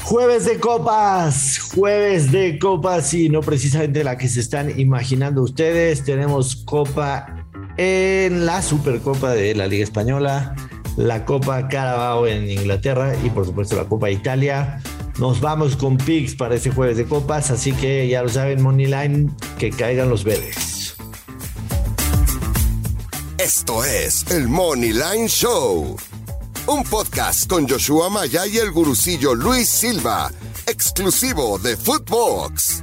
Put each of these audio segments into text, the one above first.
Jueves de copas y no precisamente la que se están imaginando ustedes. Tenemos copa en la Supercopa de la Liga Española, la Copa Carabao en Inglaterra y por supuesto la Copa Italia. Nos vamos con picks para este jueves de copas, así que ya lo saben, Moneyline, que caigan los verdes. Esto es el Moneyline Show, un podcast con Joshua Maya y el gurucillo Luis Silva, exclusivo de Footbox.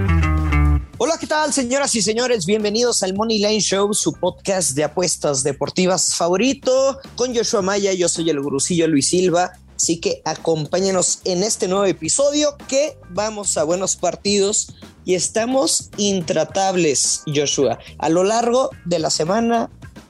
Hola, ¿qué tal, señoras y señores? Bienvenidos al Moneyline Show, su podcast de apuestas deportivas favorito. Con Joshua Maya, yo soy el gurucillo Luis Silva. Así que acompáñenos en este nuevo episodio que vamos a buenos partidos y estamos intratables, Joshua. A lo largo de la semana,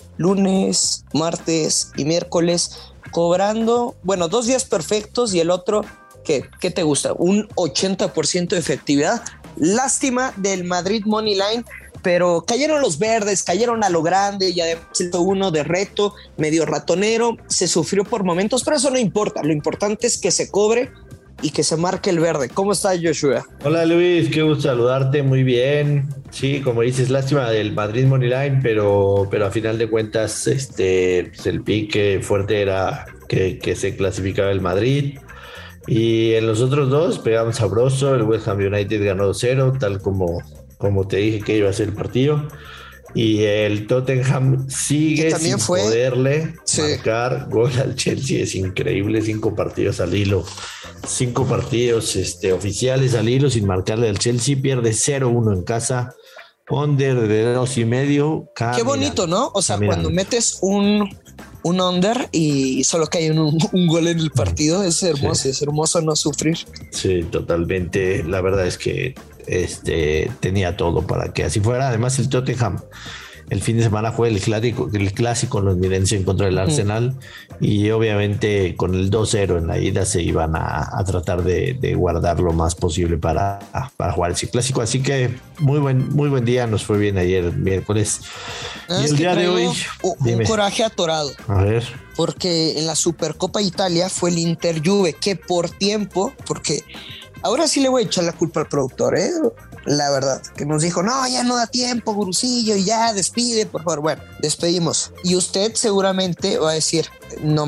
lunes, martes y miércoles, cobrando, 2 días perfectos y el otro, ¿qué te gusta? Un 80% de efectividad. Lástima del Madrid Moneyline, pero cayeron los verdes, cayeron a lo grande y además el uno de reto, medio ratonero, se sufrió por momentos, pero eso no importa. Lo importante es que se cobre y que se marque el verde. ¿Cómo estás, Joshua? Hola, Luis, qué gusto saludarte, muy bien. Sí, como dices, lástima del Madrid Moneyline, pero a final de cuentas, el pique fuerte era que se clasificaba el Madrid. Y en los otros dos pegamos sabroso. El West Ham United ganó 2-0, tal como te dije que iba a ser el partido. Y el Tottenham sigue sin poderle marcar gol al Chelsea. Es increíble, 5 partidos al hilo. 5 partidos oficiales al hilo sin marcarle al Chelsea. Pierde 0-1 en casa. Under de 2.5. Qué bonito, ¿no? O sea, cuando metes un under y solo cae un gol en el partido, es hermoso, sí. Es hermoso no sufrir. Sí, totalmente. La verdad es que tenía todo para que así fuera. Además, el Tottenham el fin de semana fue el clásico londinense en contra del Arsenal y obviamente con el 2-0 en la ida se iban a tratar de guardar lo más posible para jugar ese clásico. Así que muy buen día, nos fue bien ayer miércoles. Y el día de hoy un coraje atorado. A ver. Porque en la Supercopa Italia fue el Inter Juve que por tiempo, porque ahora sí le voy a echar la culpa al productor, la verdad, que nos dijo, no, ya no da tiempo, gurusillo, y ya despide, por favor. Bueno, despedimos. Y usted seguramente va a decir, no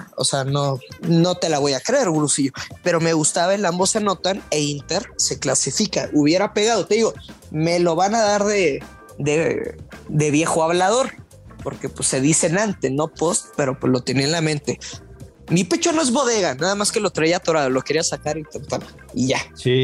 te la voy a creer, gurusillo, pero me gustaba el ambos se anotan e Inter se clasifica. Hubiera pegado, te digo, me lo van a dar de viejo hablador, porque pues se dicen antes, no post, pero pues lo tenía en la mente. Mi pecho no es bodega, nada más que lo traía atorado, lo quería sacar y intentar y ya. Sí,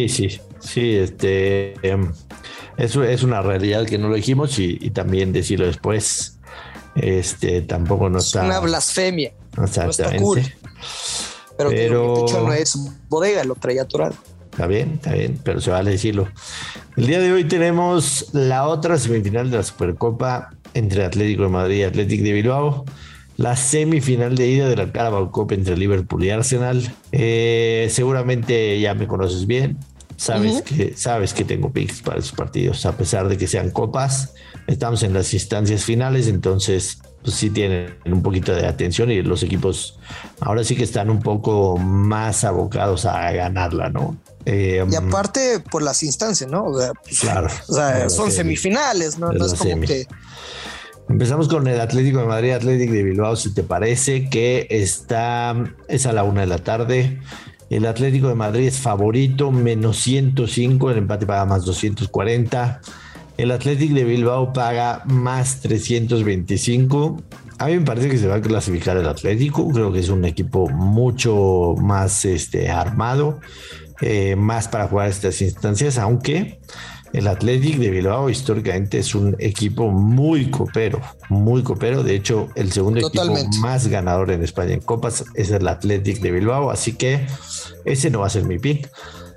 eso es una realidad que no lo dijimos y también decirlo después, tampoco no está. Es una blasfemia. Exactamente. No está cool. Pero mi pecho no es bodega, lo traía atorado. Está bien, pero se vale decirlo. El día de hoy tenemos la otra semifinal de la Supercopa entre Atlético de Madrid y Athletic de Bilbao. La semifinal de ida de la Carabao Cup entre Liverpool y Arsenal. Seguramente ya me conoces bien. Sabes que tengo picks para esos partidos, a pesar de que sean copas. Estamos en las instancias finales, entonces pues sí tienen un poquito de atención y los equipos ahora sí que están un poco más abocados a ganarla, ¿no? Y aparte por las instancias, ¿no? O sea, claro. Son semifinales, ¿no? No es como que... Empezamos con el Atlético de Madrid, Athletic de Bilbao, si te parece, que es a la 1 de la tarde. El Atlético de Madrid es favorito, menos 105, el empate paga más 240. El Athletic de Bilbao paga más 325. A mí me parece que se va a clasificar el Atlético, creo que es un equipo mucho más armado, más para jugar estas instancias, aunque el Athletic de Bilbao históricamente es un equipo muy copero. De hecho, el segundo equipo más ganador en España en copas es el Athletic de Bilbao, así que ese no va a ser mi pick.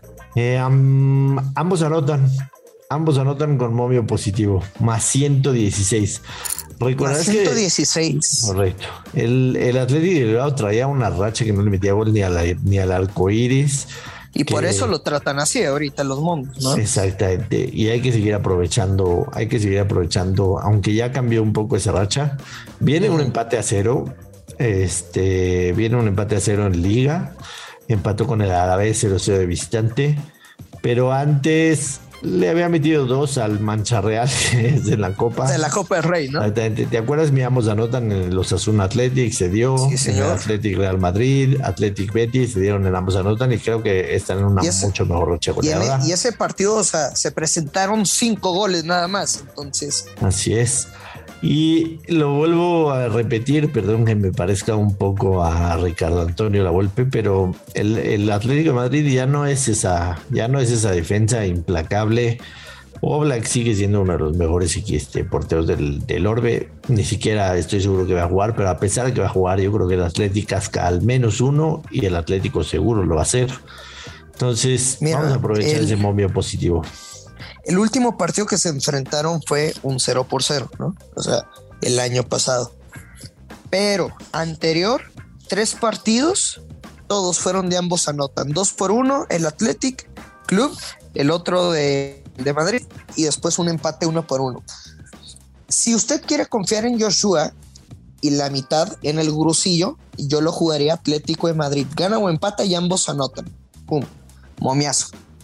Ambos anotan con momio positivo, más 116. ¿Recuerdas 116? Correcto. El Athletic de Bilbao traía una racha que no le metía gol ni al arco iris. Y por eso lo tratan así ahorita los mondos, ¿no? Exactamente. Y hay que seguir aprovechando, aunque ya cambió un poco esa racha. Viene un empate a 0. Viene un empate a 0 en Liga. empató con el Alavés 0-0 de visitante, pero antes le había metido 2 al Mancha Real de la Copa. De la Copa del Rey, ¿no? ¿Te acuerdas? Mi ambos anotan en los Osasuna Athletic, se dio. Sí, señor. En el Athletic Real Madrid, Athletic Betis, se dieron en ambos anotan y creo que están en una mucho mejor racha goleadora. Y ese partido, o sea, se presentaron 5 goles nada más, entonces. Así es. Y lo vuelvo a repetir, perdón que me parezca un poco a Ricardo Antonio Lavolpe, pero el Atlético de Madrid ya no es esa defensa implacable. Oblak sigue siendo uno de los mejores porteros del Orbe. Ni siquiera estoy seguro que va a jugar, pero a pesar de que va a jugar, yo creo que el Atlético casca al menos uno y el Atlético seguro lo va a hacer. Entonces, vamos a aprovechar ese momio positivo. El último partido que se enfrentaron fue un 0-0, ¿no? O sea, el año pasado. Pero anterior, 3 partidos, todos fueron de ambos anotan. 2-1, el Athletic Club, el otro de Madrid, y después un empate 1-1. Si usted quiere confiar en Joshua y la mitad en el Gurusillo, yo lo jugaría Atlético de Madrid. Gana o empata y ambos anotan. Pum, momiazo.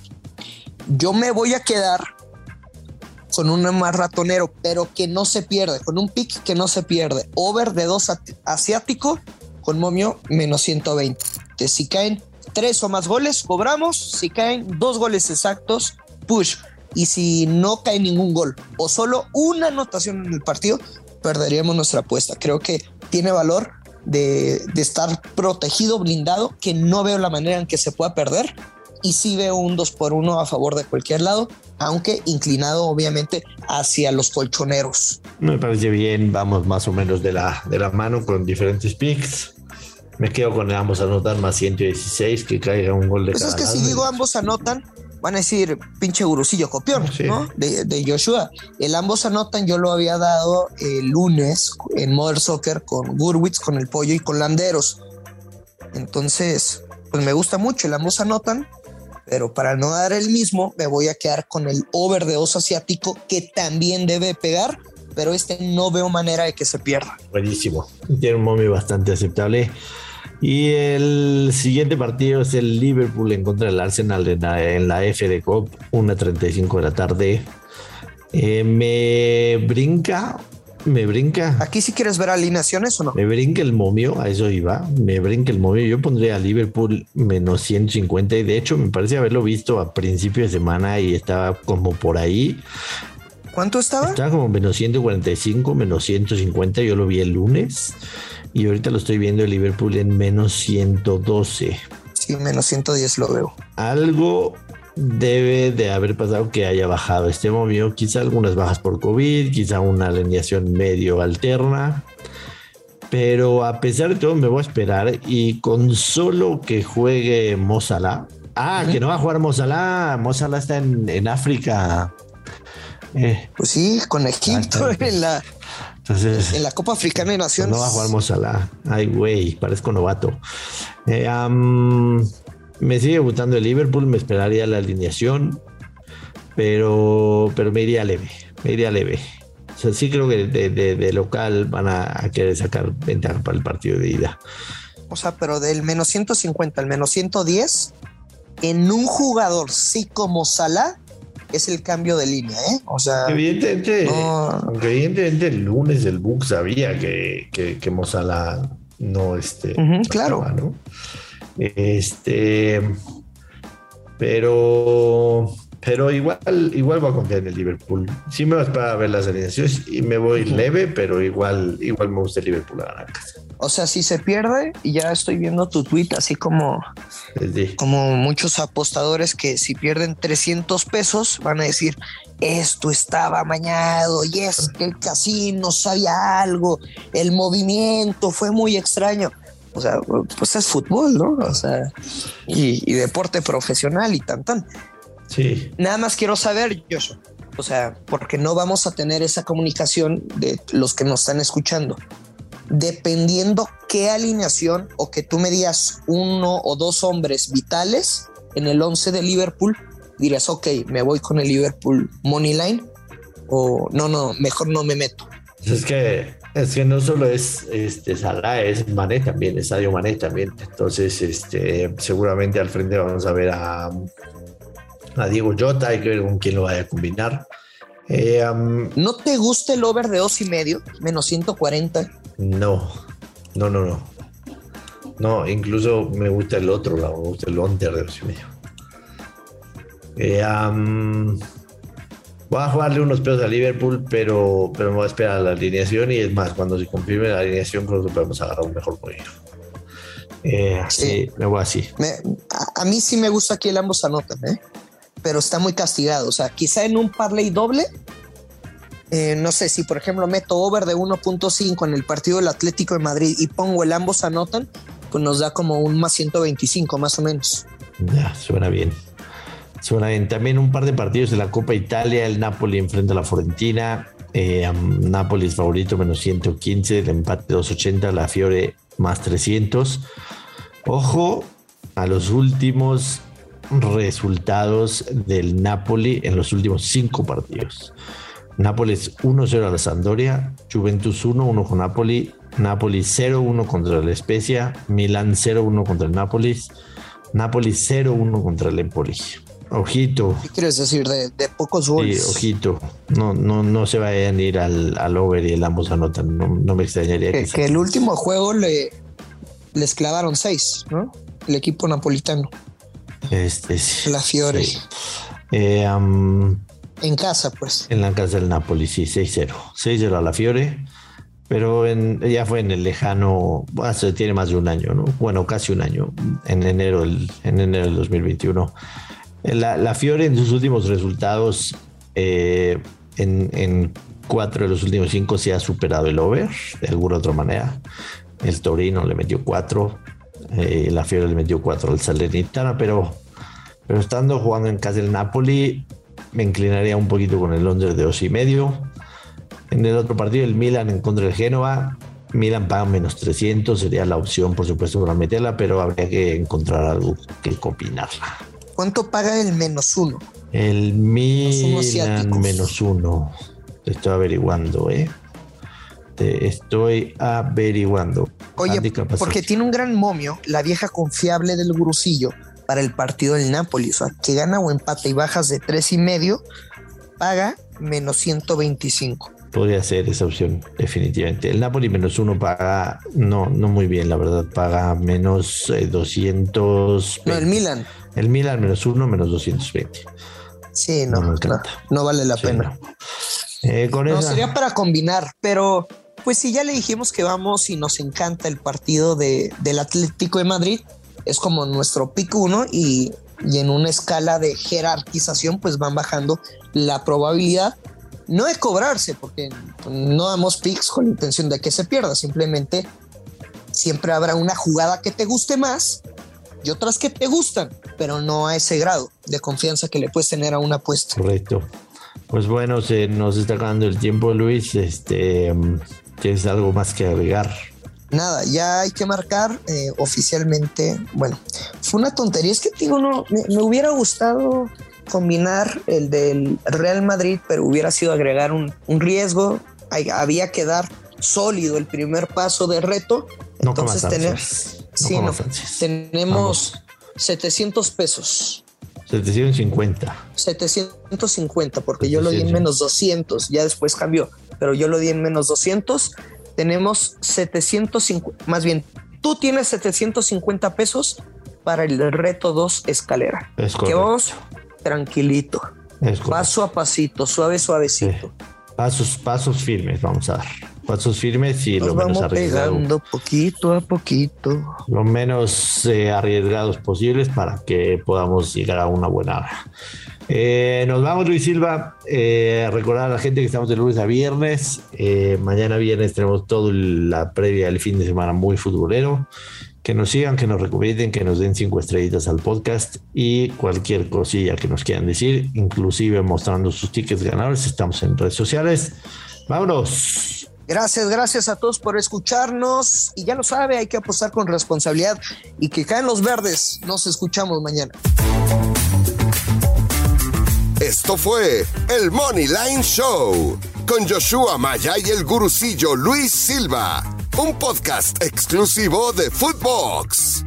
Yo me voy a quedar con un más ratonero, pero que no se pierde, con un pick que no se pierde. Over de 2 asiático con momio menos 120. Si caen 3 o más goles, cobramos. Si caen 2 goles exactos, push. Y si no cae ningún gol o solo una anotación en el partido, perderíamos nuestra apuesta. Creo que tiene valor de estar protegido, blindado, que no veo la manera en que se pueda perder. Y sí veo un 2-1 a favor de cualquier lado, aunque inclinado obviamente hacia los colchoneros. Me parece bien, vamos más o menos de la mano con diferentes picks. Me quedo con ambos anotan más 116, que caiga un gol de pues cada es que lado. Si digo ambos anotan, van a decir pinche Gurusillo copión, sí, ¿no? De Joshua. El ambos anotan yo lo había dado el lunes en Mother Soccer con Gurwitz, con el Pollo y con Landeros. Entonces, pues me gusta mucho el ambos anotan. Pero para no dar el mismo, me voy a quedar con el over de 2 asiático, que también debe pegar, pero no veo manera de que se pierda. Buenísimo. Tiene un momio bastante aceptable. Y el siguiente partido es el Liverpool en contra del Arsenal en la FA Cup, 1:35 de la tarde. Me brinca. ¿Aquí sí quieres ver alineaciones o no? Me brinca el momio, a eso iba. Me brinca el momio. Yo pondría a Liverpool menos 150 y de hecho me parece haberlo visto a principio de semana y estaba como por ahí. ¿Cuánto estaba? Estaba como menos 145, menos 150. Yo lo vi el lunes y ahorita lo estoy viendo el Liverpool en menos 112. Sí, menos 110 lo veo. Algo debe de haber pasado que haya bajado este momio, quizá algunas bajas por COVID, quizá una alineación medio alterna, pero a pesar de todo me voy a esperar y con solo que juegue Mo Salah. Que no va a jugar Mo Salah. Mo Salah está en África. Pues sí, con Egipto en la Copa Africana de Naciones. No va a jugar Mo Salah. Ay, güey, parezco novato. Me sigue gustando el Liverpool, me esperaría la alineación, pero me iría leve. O sea, sí creo que de local van a querer sacar ventaja para el partido de ida. O sea, pero del menos 150 al menos 110, en un jugador sí como Salah, es el cambio de línea, ¿eh? O sea... Evidentemente el lunes el Book sabía que Mo Salah no claro, estaba, ¿no? Pero igual voy a confiar en el Liverpool. Sí me voy a esperar a ver las alineaciones y me voy leve, pero igual me gusta el Liverpool a ganar casa. O sea, si se pierde, y ya estoy viendo tu tweet, así como muchos apostadores que si pierden 300 pesos van a decir, esto estaba amañado y es que el casino sabía algo, el movimiento fue muy extraño. O sea, pues es fútbol, ¿no? O sea, y deporte profesional y tan. Sí. Nada más quiero saber, Joshua, o sea, porque no vamos a tener esa comunicación de los que nos están escuchando. Dependiendo qué alineación o que tú me digas 1 o 2 hombres vitales en el 11 de Liverpool, dirás, ok, me voy con el Liverpool Moneyline o no, mejor no me meto. Es que Es que no solo es Salah, es Mané también, es Sadio Mané también. Entonces, seguramente al frente vamos a ver a Diego Jota, hay que ver con quién lo vaya a combinar. ¿No te gusta el over de 2.5? Menos 140. No. No, incluso me gusta el otro lado, me gusta el under de 2.5. Voy a jugarle unos pesos a Liverpool, pero me voy a esperar a la alineación y es más, cuando se confirme la alineación creo que podemos agarrar un mejor movimiento. Sí, me voy así. A mí sí me gusta que ambos anotan, pero está muy castigado. O sea, quizá en un parlay doble, no sé, si por ejemplo meto over de 1.5 en el partido del Atlético de Madrid y pongo el ambos anotan, pues nos da como un más 125 más o menos. Ya, suena bien. También un par de partidos de la Copa Italia. El Napoli enfrenta a la Fiorentina. Napoli es favorito, menos 115. El empate 280. La Fiore más 300. Ojo a los últimos resultados del Napoli en los últimos 5 partidos. Nápoles 1-0 a la Sampdoria, Juventus 1-1 con Napoli, Napoli 0-1 contra el Spezia, Milán 0-1 contra el Nápoles, Napoli 0-1 contra el Empoli. Ojito. ¿Qué quieres decir? De pocos goles. Sí, ojito. No se vayan a ir al over y el ambos anotan. No me extrañaría que el último juego les clavaron 6, ¿no? El equipo napolitano. Sí. La Fiore. Sí. En casa, pues. En la casa del Napoli, sí, 6-0. 6-0 a la Fiore, pero ya fue en el lejano, tiene más de un año, ¿no? Bueno, casi un año, en enero del 2021. La Fiore en sus últimos resultados, en 4 de los últimos 5 se ha superado el over, de alguna otra manera. El Torino le metió 4, la Fiore le metió 4 al Salernitana, pero estando jugando en casa del Napoli, me inclinaría un poquito con el under de 2.5. En el otro partido, el Milan en contra del Génova. Milan paga menos 300. Sería la opción, por supuesto, para meterla, pero habría que encontrar algo que combinarla. ¿Cuánto paga el -1? El Milan -1. Te estoy averiguando, Te estoy averiguando. Oye, porque tiene un gran momio, la vieja confiable del Gurusillo, para el partido del Napoli, o sea, que gana o empata y bajas de 3.5, paga menos 125. Podría ser esa opción, definitivamente. El Napoli -1 paga, no muy bien, la verdad, paga menos 200. No, el Milan. El Milan -1, menos 220. Sí, no vale la pena. Con esa... sería para combinar, pero pues si ya le dijimos que vamos y nos encanta el partido del Atlético de Madrid, es como nuestro pick 1 y en una escala de jerarquización pues van bajando la probabilidad, no de cobrarse, porque no damos picks con la intención de que se pierda, simplemente siempre habrá una jugada que te guste más y otras que te gustan, pero no a ese grado de confianza que le puedes tener a una apuesta. Correcto. Pues bueno, se nos está acabando el tiempo, Luis. ¿Tienes algo más que agregar? Nada, ya hay que marcar oficialmente. Bueno, fue una tontería. Es que digo, me hubiera gustado combinar el del Real Madrid, pero hubiera sido agregar un riesgo. Había que dar sólido el primer paso de reto. No, entonces tenemos 700 pesos. 750, porque 750. Yo lo di en menos 200, ya después cambió, pero yo lo di en menos 200. Tenemos 750, más bien, tú tienes 750 pesos para el reto 2 escalera. Es correcto. Que vamos tranquilito, paso a pasito, suavecito. Pasos firmes vamos a dar. Pasos firmes y nos lo menos arriesgados. Pegando poquito a poquito. Lo menos arriesgados posibles para que podamos llegar a una buena hora. Nos vamos, Luis Silva. Recordar a la gente que estamos de lunes a viernes. Mañana viernes tenemos toda la previa del fin de semana muy futbolero. Que nos sigan, que nos recomienden, que nos den 5 estrellitas al podcast y cualquier cosilla que nos quieran decir, inclusive mostrando sus tickets ganadores. Estamos en redes sociales. ¡Vámonos! Gracias a todos por escucharnos y ya lo sabe, hay que apostar con responsabilidad y que caen los verdes. Nos escuchamos mañana. Esto fue el Money Line Show, con Joshua Maya y el gurusillo Luis Silva, un podcast exclusivo de Footbox.